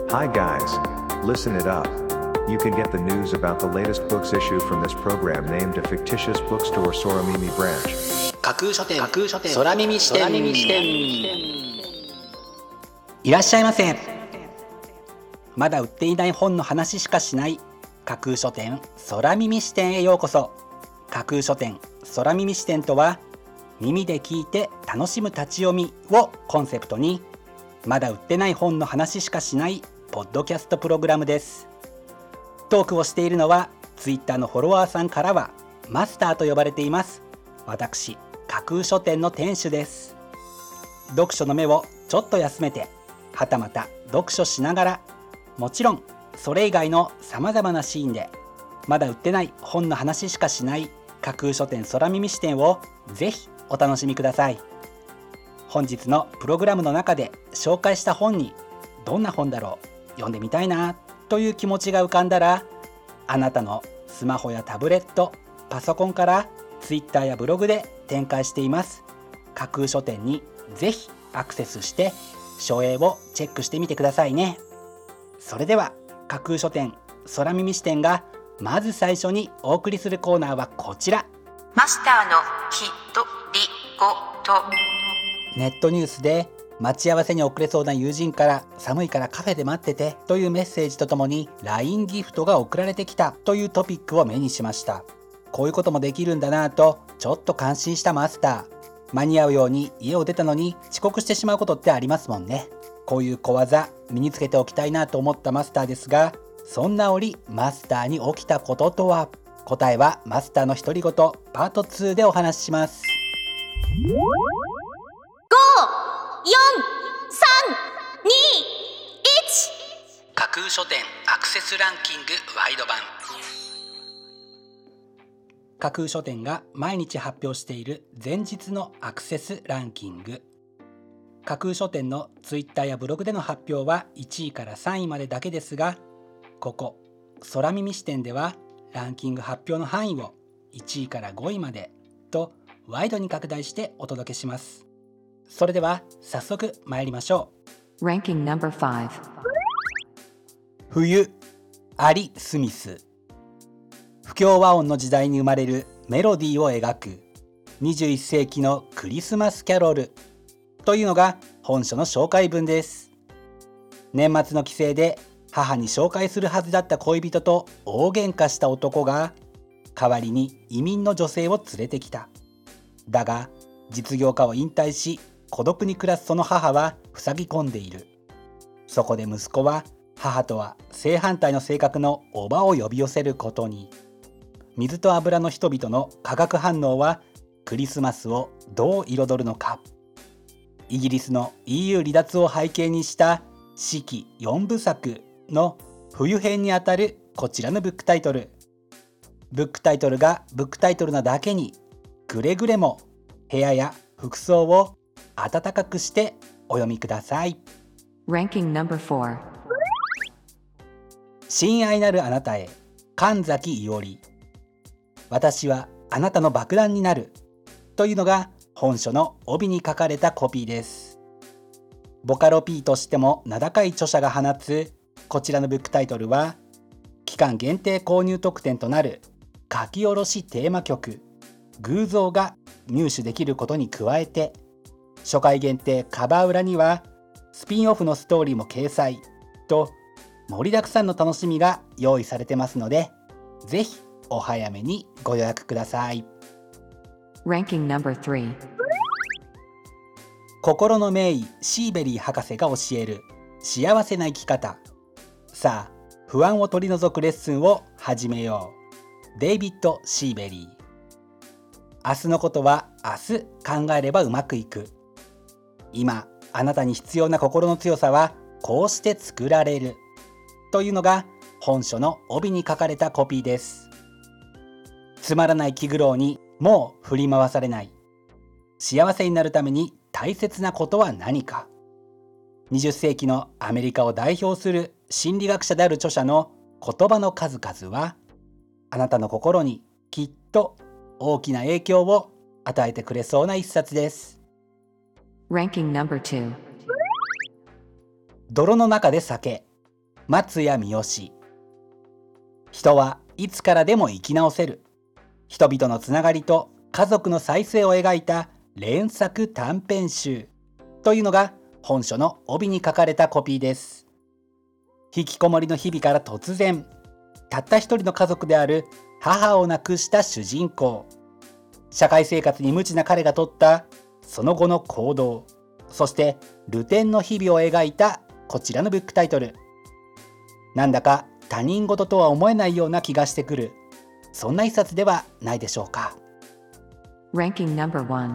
Hi guys, listen it up. You can get the news about the latest books issue from this program named a fictitious bookstore Soramimi branch. 架空書店空耳視点。いらっしゃいませ。まだ売っていない本の話しかしない架空書店空耳視点へようこそ。架空書店空耳視点とは、耳で聞いて楽しむ立ち読みをコンセプトに、まだ売ってない本の話しかしないポッドキャストプログラムです。トークをしているのはツイッターのフォロワーさんからはマスターと呼ばれています。私、架空書店の店主です。読書の目をちょっと休めて、はたまた読書しながら、もちろんそれ以外のさまざまなシーンでまだ売ってない本の話しかしない架空書店空耳視点をぜひお楽しみください。本日のプログラムの中で紹介した本に、どんな本だろう、読んでみたいなという気持ちが浮かんだら、あなたのスマホやタブレット、パソコンからツイッターやブログで展開しています架空書店にぜひアクセスして書影をチェックしてみてくださいね。それでは架空書店空耳視点がまず最初にお送りするコーナーはこちら。 マスターのひとりごと。 ネットニュースで待ち合わせに遅れそうな友人から寒いからカフェで待っててというメッセージとともに LINE ギフトが送られてきたというトピックを目にしました。こういうこともできるんだなぁとちょっと感心したマスター。間に合うように家を出たのに遅刻してしまうことってありますもんね。こういう小技身につけておきたいなと思ったマスターですが、そんな折マスターに起きたこととは。答えはマスターの独り言パート2でお話しします。 5、4、3、2、1。 架空書店アクセスランキングワイド版。架空書店が毎日発表している前日のアクセスランキング。架空書店のツイッターやブログでの発表は1位から3位までだけですが、ここ空耳視点ではランキング発表の範囲を1位から5位までとワイドに拡大してお届けします。それでは早速参りましょう。 Ranking No.5。 冬、アリ・スミス。不協和音の時代に生まれるメロディーを描く21世紀のクリスマスキャロルというのが本書の紹介文です。年末の帰省で母に紹介するはずだった恋人と大喧嘩した男が代わりに移民の女性を連れてきた。だが実業家を引退し孤独に暮らすその母は塞ぎ込んでいる。そこで息子は母とは正反対の性格の叔母を呼び寄せることに。水と油の人々の化学反応はクリスマスをどう彩るのか。イギリスの EU 離脱を背景にした四季4部作の冬編にあたるこちらのブックタイトル。ブックタイトルがブックタイトルなだけに、くれぐれも部屋や服装を暖かくしてお読みください。 Ranking No.4。 親愛なるあなたへ、神崎伊織。私はあなたの爆弾になるというのが本書の帯に書かれたコピーです。ボカロ P としても名高い著者が放つこちらのブックタイトルは、期間限定購入特典となる書き下ろしテーマ曲偶像が入手できることに加えて、初回限定カバー裏にはスピンオフのストーリーも掲載と盛りだくさんの楽しみが用意されてますので、ぜひお早めにご予約ください。 Ranking No.3。 心の名医シーベリー博士が教える幸せな生き方。さあ不安を取り除くレッスンを始めよう。デイビッド・シーベリー。明日のことは明日考えればうまくいく。今あなたに必要な心の強さはこうして作られるというのが本書の帯に書かれたコピーです。つまらない気苦労にもう振り回されない。幸せになるために大切なことは何か。20世紀のアメリカを代表する心理学者である著者の言葉の数々は、あなたの心にきっと大きな影響を与えてくれそうな一冊です。 Ranking No.2。 泥の中で酒。 松谷三好。人はいつからでも生き直せる。人々のつながりと家族の再生を描いた連作短編集というのが本書の帯に書かれたコピーです。引きこもりの日々から突然、たった一人の家族である母を亡くした主人公。社会生活に無知な彼が取ったその後の行動、そして流転の日々を描いたこちらのブックタイトル。なんだか他人事とは思えないような気がしてくる、そんな一冊ではないでしょうか。 Ranking number 1.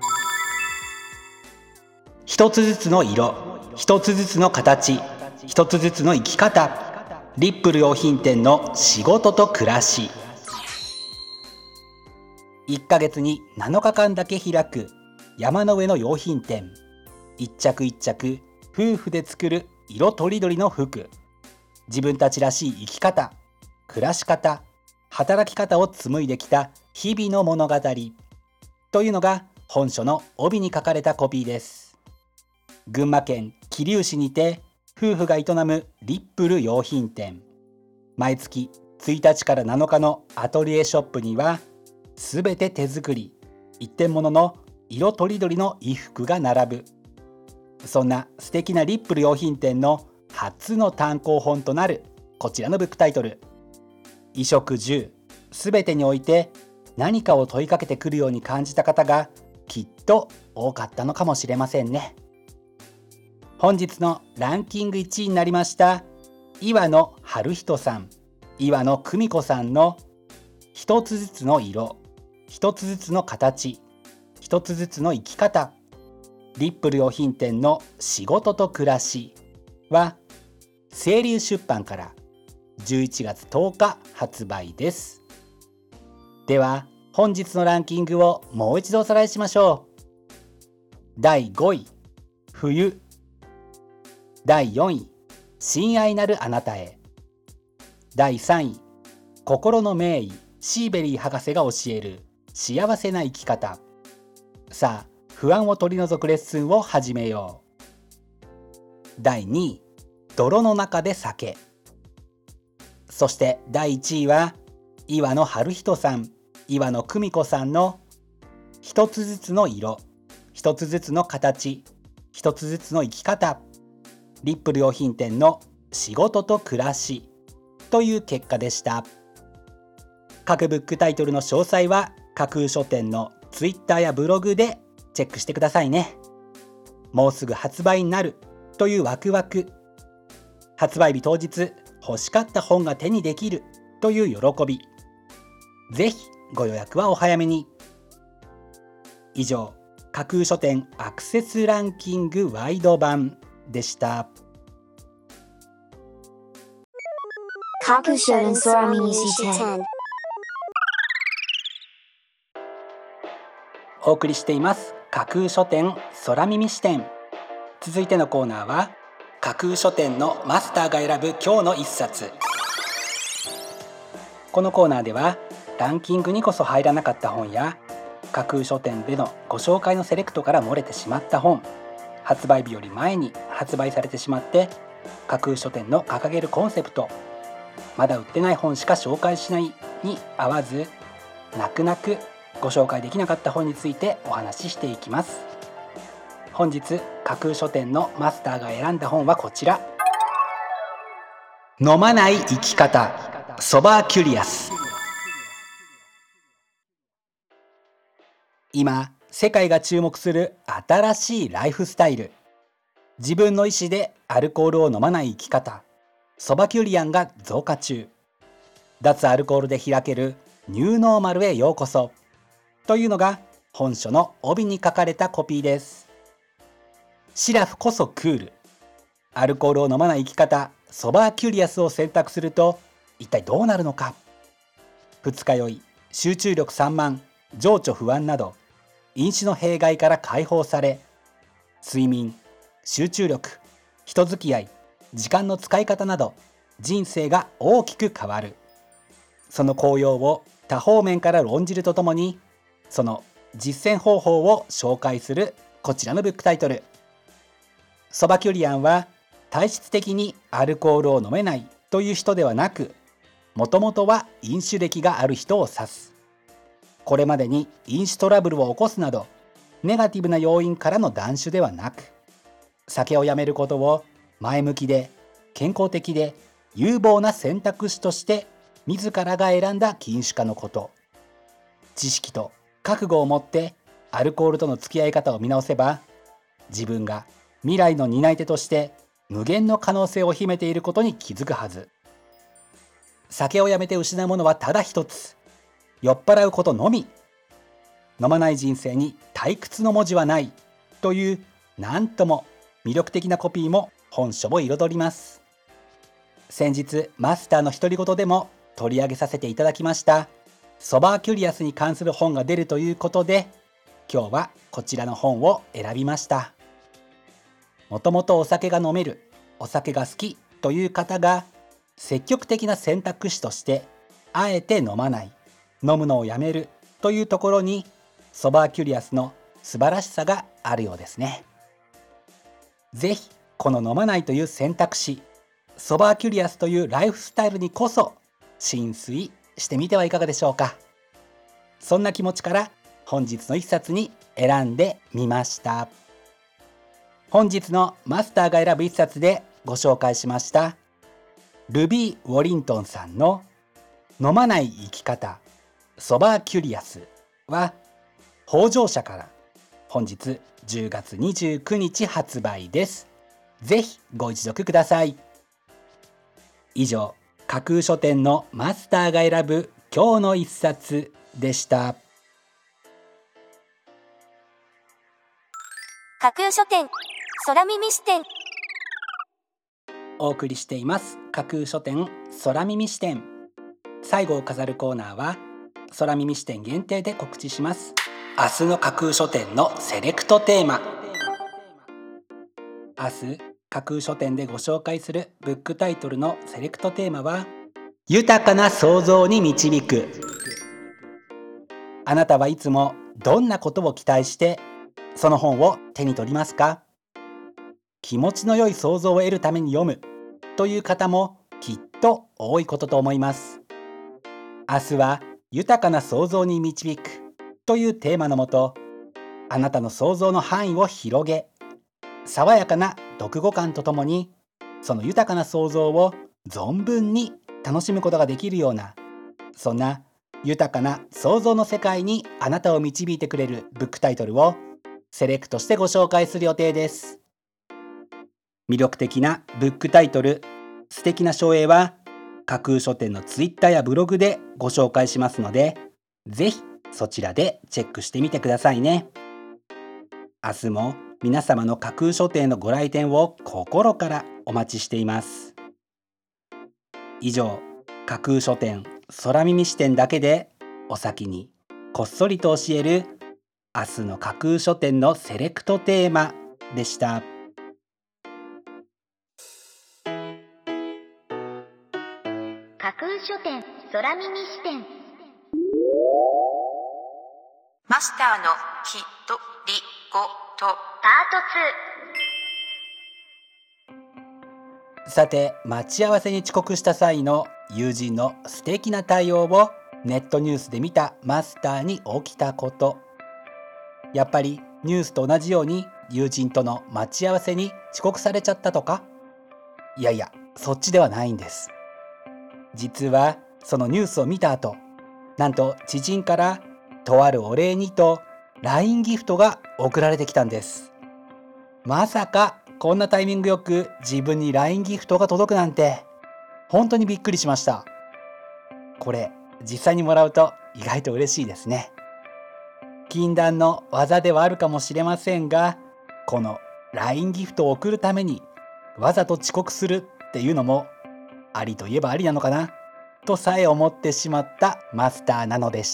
一つずつの色、一つずつの形、一つずつの生き方。リップル洋品店の仕事と暮らし。1ヶ月に7日間だけ開く山の上の洋品店。一着一着夫婦で作る色とりどりの服。自分たちらしい生き方、暮らし方、働き方を紡いできた日々の物語というのが本書の帯に書かれたコピーです。群馬県桐生市にて夫婦が営むリップル洋品店。毎月1日から7日のアトリエショップにはすべて手作り、一点物の色とりどりの衣服が並ぶ。そんな素敵なリップル洋品店の初の単行本となるこちらのブックタイトル。衣食住すべてにおいて何かを問いかけてくるように感じた方がきっと多かったのかもしれませんね。本日のランキング1位になりました岩野春人さん、岩野久美子さんの一つずつの色、一つずつの形、一つずつの生き方、リップル洋品店の仕事と暮らしは清流出版から11月10日発売です。では本日のランキングをもう一度おさらいしましょう。第5位冬、第4位親愛なるあなたへ、第3位心の名医シーベリー博士が教える幸せな生き方。さあ不安を取り除くレッスンを始めよう。第2位泥の中で酒。そして第1位は岩野春人さん、岩野久美子さんの一つずつの色、一つずつの形、一つずつの生き方、リップル洋品店の仕事と暮らしという結果でした。各ブックタイトルの詳細は架空書店のツイッターやブログでチェックしてくださいね。もうすぐ発売になるというワクワク、発売日当日欲しかった本が手にできるという喜び、ぜひご予約はお早めに。以上、架空書店アクセスランキングワイド版でした。 架空書店空耳視点。 お送りしています架空書店空耳視点。続いてのコーナーは架空書店のマスターが選ぶ今日の一冊。このコーナーではランキングにこそ入らなかった本や架空書店でのご紹介のセレクトから漏れてしまった本、発売日より前に発売されてしまって架空書店の掲げるコンセプト、まだ売ってない本しか紹介しないに合わず、泣く泣くご紹介できなかった本についてお話ししていきます。本日架空書店のマスターが選んだ本はこちら。飲まない生き方、ソバーキュリアス。今世界が注目する新しいライフスタイル、自分の意思でアルコールを飲まない生き方、ソバキュリアンが増加中。脱アルコールで開けるニューノーマルへようこそというのが本書の帯に書かれたコピーです。シラフこそクール、アルコールを飲まない生き方ソバーキュリアスを選択すると一体どうなるのか。二日酔い、集中力散漫、情緒不安など飲酒の弊害から解放され、睡眠、集中力、人付き合い、時間の使い方など人生が大きく変わる。その効用を多方面から論じるとともに、その実践方法を紹介するこちらのブックタイトル。ソバキュリアンは体質的にアルコールを飲めないという人ではなく、もともとは飲酒歴がある人を指す。これまでに飲酒トラブルを起こすなどネガティブな要因からの断酒ではなく、酒をやめることを前向きで健康的で有望な選択肢として自らが選んだ禁酒家のこと。知識と覚悟を持ってアルコールとの付き合い方を見直せば、自分が未来の担い手として無限の可能性を秘めていることに気づくはず。酒をやめて失うものはただ一つ、酔っ払うことのみ。飲まない人生に退屈の文字はないというなんとも魅力的なコピーも本書を彩ります。先日マスターの独り言でも取り上げさせていただきましたソバーキュリアスに関する本が出るということで、今日はこちらの本を選びました。もともとお酒が飲める、お酒が好きという方が積極的な選択肢としてあえて飲まない、飲むのをやめるというところにソバーキュリアスの素晴らしさがあるようですね。ぜひこの飲まないという選択肢、ソバーキュリアスというライフスタイルにこそ浸水してみてはいかがでしょうか。そんな気持ちから本日の一冊に選んでみました。本日のマスターが選ぶ一冊でご紹介しましたルビー・ウォリントンさんの飲まない生き方ソバーキュリアスは北条社から本日10月29日発売です。ぜひご一読ください。以上、架空書店のマスターが選ぶ今日の一冊でした。 架空書店空耳視点。 お送りしています架空書店空耳視点。最後を飾るコーナーは空耳視点限定で告知します。明日の架空書店のセレクトテーマ。明日架空書店でご紹介するブックタイトルのセレクトテーマは、豊かな創造に導く。あなたはいつもどんなことを期待してその本を手に取りますか？気持ちの良い想像を得るために読むという方もきっと多いことと思います。明日は豊かな創造に導くというテーマのもと、あなたの想像の範囲を広げ、爽やかな読後感とともにその豊かな想像を存分に楽しむことができるような、そんな豊かな想像の世界にあなたを導いてくれるブックタイトルをセレクトしてご紹介する予定です。魅力的なブックタイトル、素敵な書影は架空書店のツイッターやブログでご紹介しますので、ぜひそちらでチェックしてみてくださいね。明日も皆様の架空書店のご来店を心からお待ちしています。以上、架空書店空耳視点だけでお先にこっそりと教える明日の架空書店のセレクトテーマでした。 架空書店空耳視点。 マスターのひとりごとパート2。 さて、待ち合わせに遅刻した際の友人の素敵な対応をネットニュースで見たマスターに起きたこと。やっぱりニュースと同じように友人との待ち合わせに遅刻されちゃったとか？いやいや、そっちではないんです。実はそのニュースを見た後、なんと知人からとあるお礼にと LINE ギフトが送られてきたんです。まさかこんなタイミングよく自分に LINE ギフトが届くなんて、本当にびっくりしました。これ実際にもらうと意外と嬉しいですね。禁断の技ではあるかもしれませんが、この LINE ギフトを送るためにわざと遅刻するっていうのもありといえばありなのかなとさえ思ってしまったマスターなのでした。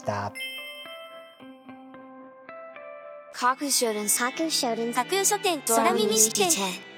架空書店空耳視点。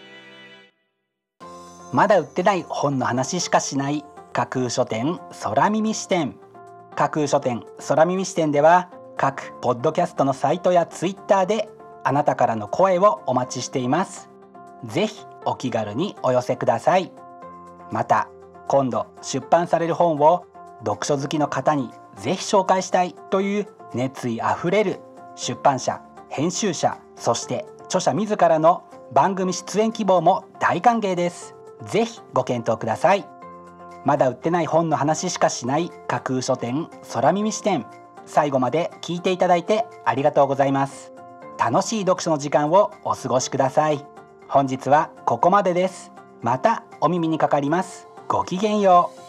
まだ売ってない本の話しかしない架空書店空耳視点。架空書店空耳視点では各ポッドキャストのサイトやツイッターであなたからの声をお待ちしています。 ぜひお気軽にお寄せください。また今度出版される本を読書好きの方にぜひ紹介したいという熱意あふれる出版社、編集者、そして著者自らの番組出演希望も大歓迎です。ぜひご検討ください。まだ売ってない本の話しかしない架空書店空耳視点、最後まで聞いていただいてありがとうございます。楽しい読書の時間をお過ごしください。本日はここまでです。またお耳にかかります。ごきげんよう。